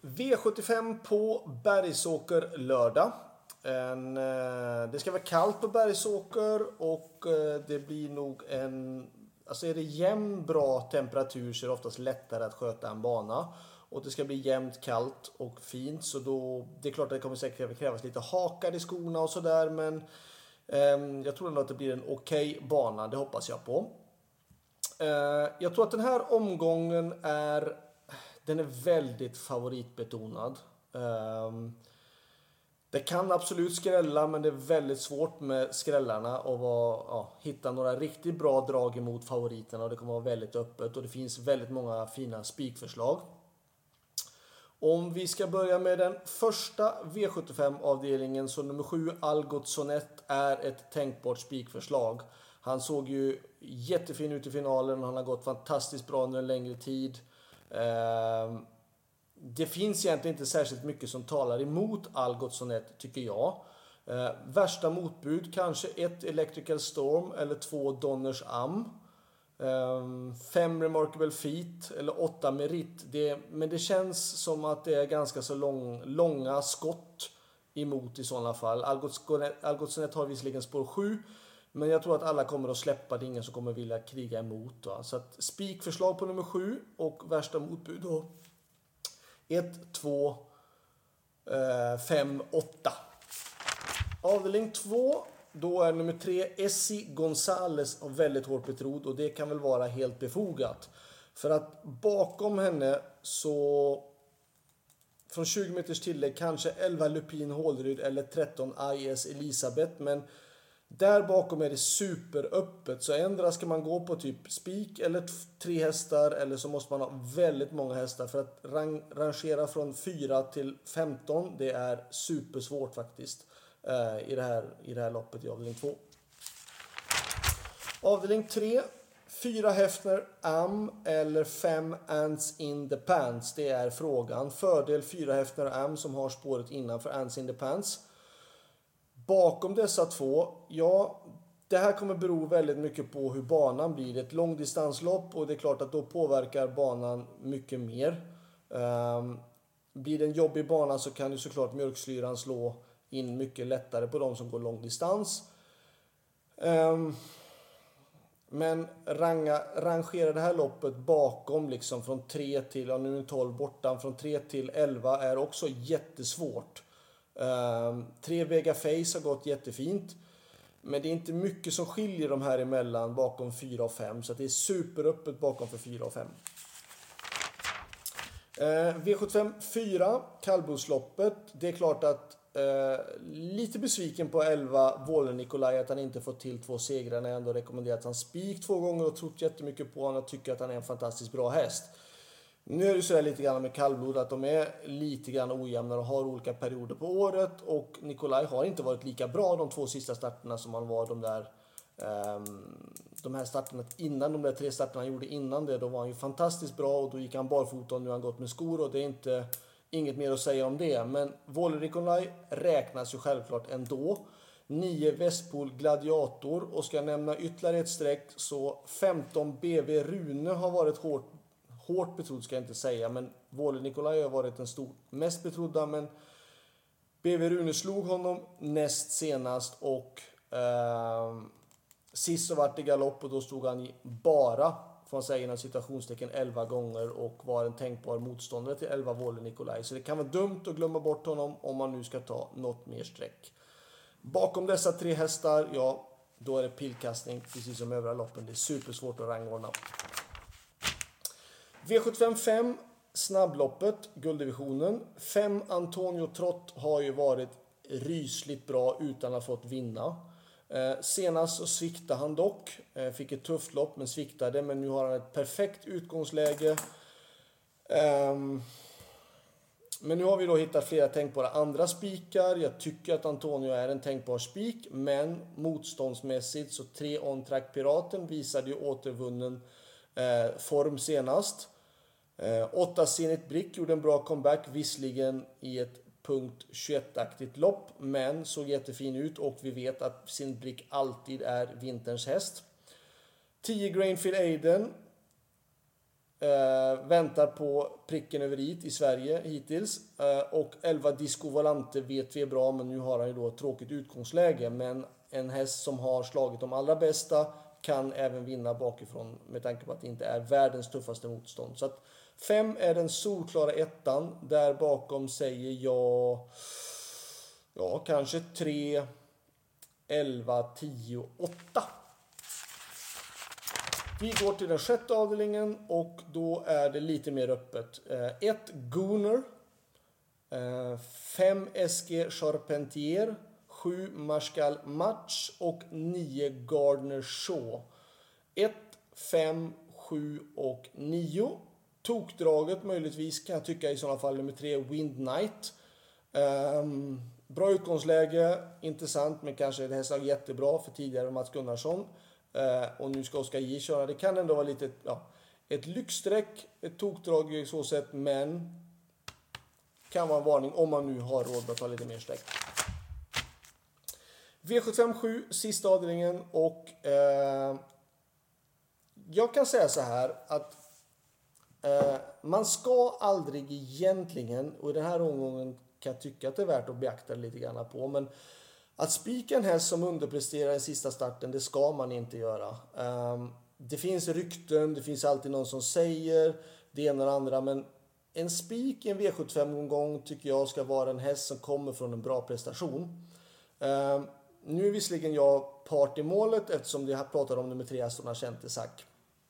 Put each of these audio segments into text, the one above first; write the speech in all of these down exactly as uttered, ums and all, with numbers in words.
V sjuttiofem på Bergsåker lördag. En, det ska vara kallt på Bergsåker och det blir nog en... Alltså är det jämn bra temperatur så är det oftast lättare att sköta en bana. Och det ska bli jämnt kallt och fint, så då... Det är klart att det kommer säkert krävas lite hakar i skorna och sådär, men... Eh, jag tror ändå att det blir en okej okay bana, det hoppas jag på. Eh, jag tror att den här omgången är... Den är väldigt favoritbetonad. Um, det kan absolut skrälla, men det är väldigt svårt med skrällarna och vara, ja, hitta några riktigt bra drag emot favoriterna, och det kommer vara väldigt öppet och det finns väldigt många fina spikförslag. Om vi ska börja med den första V sjuttiofem-avdelningen, så nummer sju Algot Sonett är ett tänkbart spikförslag. Han såg ju jättefin ut i finalen, han har gått fantastiskt bra under en längre tid. Uh, det finns egentligen inte särskilt mycket som talar emot Algot Sonett, tycker jag. Uh, värsta motbud, kanske ett Electrical Storm eller två Donners Am. Uh, fem Remarkable Feet eller åtta Merit. Det, men det känns som att det är ganska så lång, långa skott emot i sådana fall. Algot, Algot Sonett har visserligen spår sju. Men jag tror att alla kommer att släppa, det är ingen som kommer vilja kriga emot. Då. Så att spikförslag på nummer sju och värsta motbud då. ett, två, fem, åtta. Avdelning två, då är nummer tre Essie Gonzales väldigt hårt betrodd, och det kan väl vara helt befogat. För att bakom henne så... Från tjugo meters tillägg kanske elva Lupin Hålryd eller tretton I S Elisabeth, men... Där bakom är det superöppet, så ändra ska man gå på typ spik eller tre hästar, eller så måste man ha väldigt många hästar, för att rang, rangera från fyra till femton, det är supersvårt faktiskt eh, i, det här, i det här loppet i avdelning två. Avdelning tre, fyra Hefner Am eller fem Ants in the Pants, det är frågan. Fördel fyra Hefner Am som har spåret innanför Ants in the Pants. Bakom dessa två, ja, det här kommer bero väldigt mycket på hur banan blir. Det är ett långdistanslopp och det är klart att då påverkar banan mycket mer. Um, blir det en jobbig bana så kan ju såklart mjölkslyran slå in mycket lättare på de som går långdistans. Um, men ranga, rangera det här loppet bakom liksom från tre till, ja, nu är tolv borta, från tre till elva är också jättesvårt. Uh, tre Vega Face har gått jättefint, men det är inte mycket som skiljer de här emellan bakom fyra och fem, så att det är superöppet bakom för fyra och fem. uh, V sjuttiofem fyra kallblodsloppet, det är klart att uh, lite besviken på elva Våler Nikolaj att han inte fått till två segrar, när jag ändå rekommenderat han spik två gånger och trott jättemycket på honom och tycker att han är en fantastiskt bra häst. Nu är det så här lite grann med kallblod att de är lite grann ojämna och har olika perioder på året, och Nikolaj har inte varit lika bra de två sista starterna som han var de där um, de här starterna innan, de där tre starterna han gjorde innan det. Då var han ju fantastiskt bra och då gick han barfota, och nu har han gått med skor, och det är inte inget mer att säga om det. Men Våler Nikolaj räknas ju självklart ändå. nio Vestpol Gladiator, och ska jag nämna ytterligare ett streck så femton B V Rune har varit hårt Hårt betrodd ska jag inte säga, men Våler Nikolaj har varit den stor, mest betrodda, men B V Rune slog honom näst senast, och eh, sist så vart det galopp, och då stod han i bara, får man säga inom citationstecken, elva gånger och var en tänkbar motståndare till elva Våler Nikolaj. Så det kan vara dumt att glömma bort honom om man nu ska ta något mer streck. Bakom dessa tre hästar, ja, då är det pillkastning precis som övriga loppen. Det är supersvårt att rangordna. V sjuttiofem fem snabbloppet, gulddivisionen. fem Antonio Trott har ju varit rysligt bra utan att ha fått vinna. Eh, senast så sviktade han dock. Eh, fick ett tufft lopp men sviktade. Men nu har han ett perfekt utgångsläge. Eh, men nu har vi då hittat flera tänkbara andra spikar. Jag tycker att Antonio är en tänkbar spik. Men motståndsmässigt så tre on-track Piraten visade ju återvunnen eh, form senast. Eh, åtta Zenit Brick gjorde en bra comeback, visserligen i ett punkt tjugoett-aktigt lopp, men såg jättefin ut, och vi vet att Zenit Brick alltid är vinterns häst. tio Grainfield Aiden Eh, väntar på pricken över i i Sverige hittills. Eh, och elva Disco Volante vet vi är bra, men nu har han ju då ett tråkigt utgångsläge. Men en häst som har slagit de allra bästa kan även vinna bakifrån med tanke på att det inte är världens tuffaste motstånd. Så att fem är den solklara ettan. Där bakom säger jag ja, kanske tre, elva, tio, åtta. Vi går till den sjätte avdelningen och då är det lite mer öppet. ett Gooner, fem S G Charpentier, sju Marshall Match och nio Gardner Shaw. ett, fem, sju och nio. Tokdraget möjligtvis kan jag tycka i sådana fall nummer tre Wind Knight. Um, bra utgångsläge, intressant, men kanske det här är jättebra för tidigare Mats Gunnarsson. Uh, och nu ska Oskar J köra. Det kan ändå vara lite ja, ett lyxsträck, ett tokdrag i så sätt, men kan vara en varning om man nu har råd att ta lite mer sträck. V sjuttiofem sju, sista avdelningen, och uh, jag kan säga så här att uh, man ska aldrig egentligen, och i den här omgången kan jag tycka att det är värt att beakta lite grann på, men att spika en häst som underpresterar i sista starten, det ska man inte göra. Um, det finns rykten, det finns alltid någon som säger det ena och det andra, men en spik i en V sjuttiofem-omgång tycker jag ska vara en häst som kommer från en bra prestation. Um, nu är visserligen jag part i målet eftersom jag pratade om nummer tre Astro Nashente Sack.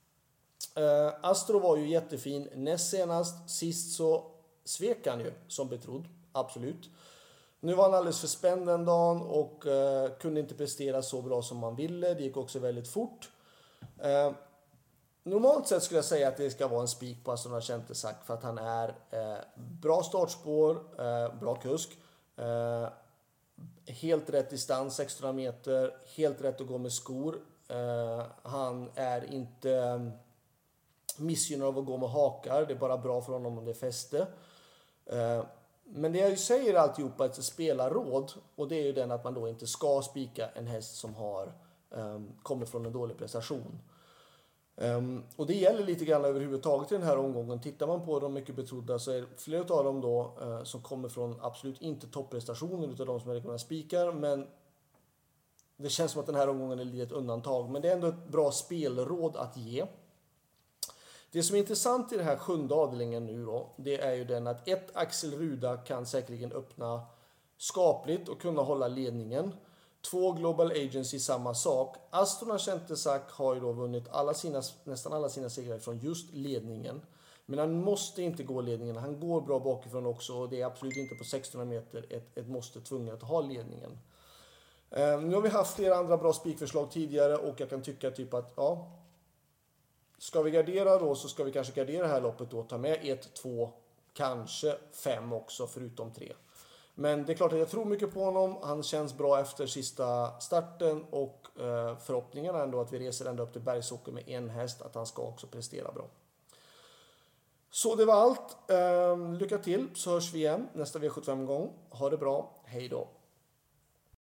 Uh, Astro var ju jättefin näst senast, sist så svek han ju som betrodd, absolut. Nu var han alldeles för spänd den dagen och uh, kunde inte prestera så bra som man ville. Det gick också väldigt fort. Uh, normalt sett skulle jag säga att det ska vara en spik på Astro Nashente Sack för att han är uh, bra startspår, uh, bra kusk. Uh, helt rätt distans, sexhundra meter. Helt rätt att gå med skor. Uh, han är inte um, missgynnad av att gå med hakar. Det är bara bra för honom om det är fäste. Uh, Men det jag ju säger alltihopa är ett spelarråd, och det är ju den att man då inte ska spika en häst som har um, kommit från en dålig prestation. Um, och det gäller lite grann överhuvudtaget i den här omgången. Tittar man på de mycket betrodda så är det flera av dem då uh, som kommer från absolut inte topprestationer utav de som jag rekommenderar spikar, men det känns som att den här omgången är lite ett undantag. Men det är ändå ett bra spelråd att ge. Det som är intressant i den här sjunde avdelningen nu då, det är ju den att ett Axel Ruda kan säkerligen öppna skapligt och kunna hålla ledningen. Två Global Agency samma sak. Astro Nashente Sack har ju då vunnit alla sina, nästan alla sina segrar från just ledningen. Men han måste inte gå ledningen, han går bra bakifrån också, och det är absolut inte på sexhundra meter ett, ett måste tvunget att ha ledningen. Uh, nu har vi haft flera andra bra spikförslag tidigare och jag kan tycka typ att ja, ska vi gardera då så ska vi kanske gardera det här loppet då. Ta med ett, två, kanske fem också förutom tre. Men det är klart att jag tror mycket på honom. Han känns bra efter sista starten och eh, förhoppningen är ändå att vi reser ända upp till Bergsåker med en häst. Att han ska också prestera bra. Så det var allt. Eh, lycka till så hörs vi igen nästa V sjuttiofem-gång. Ha det bra. Hej då.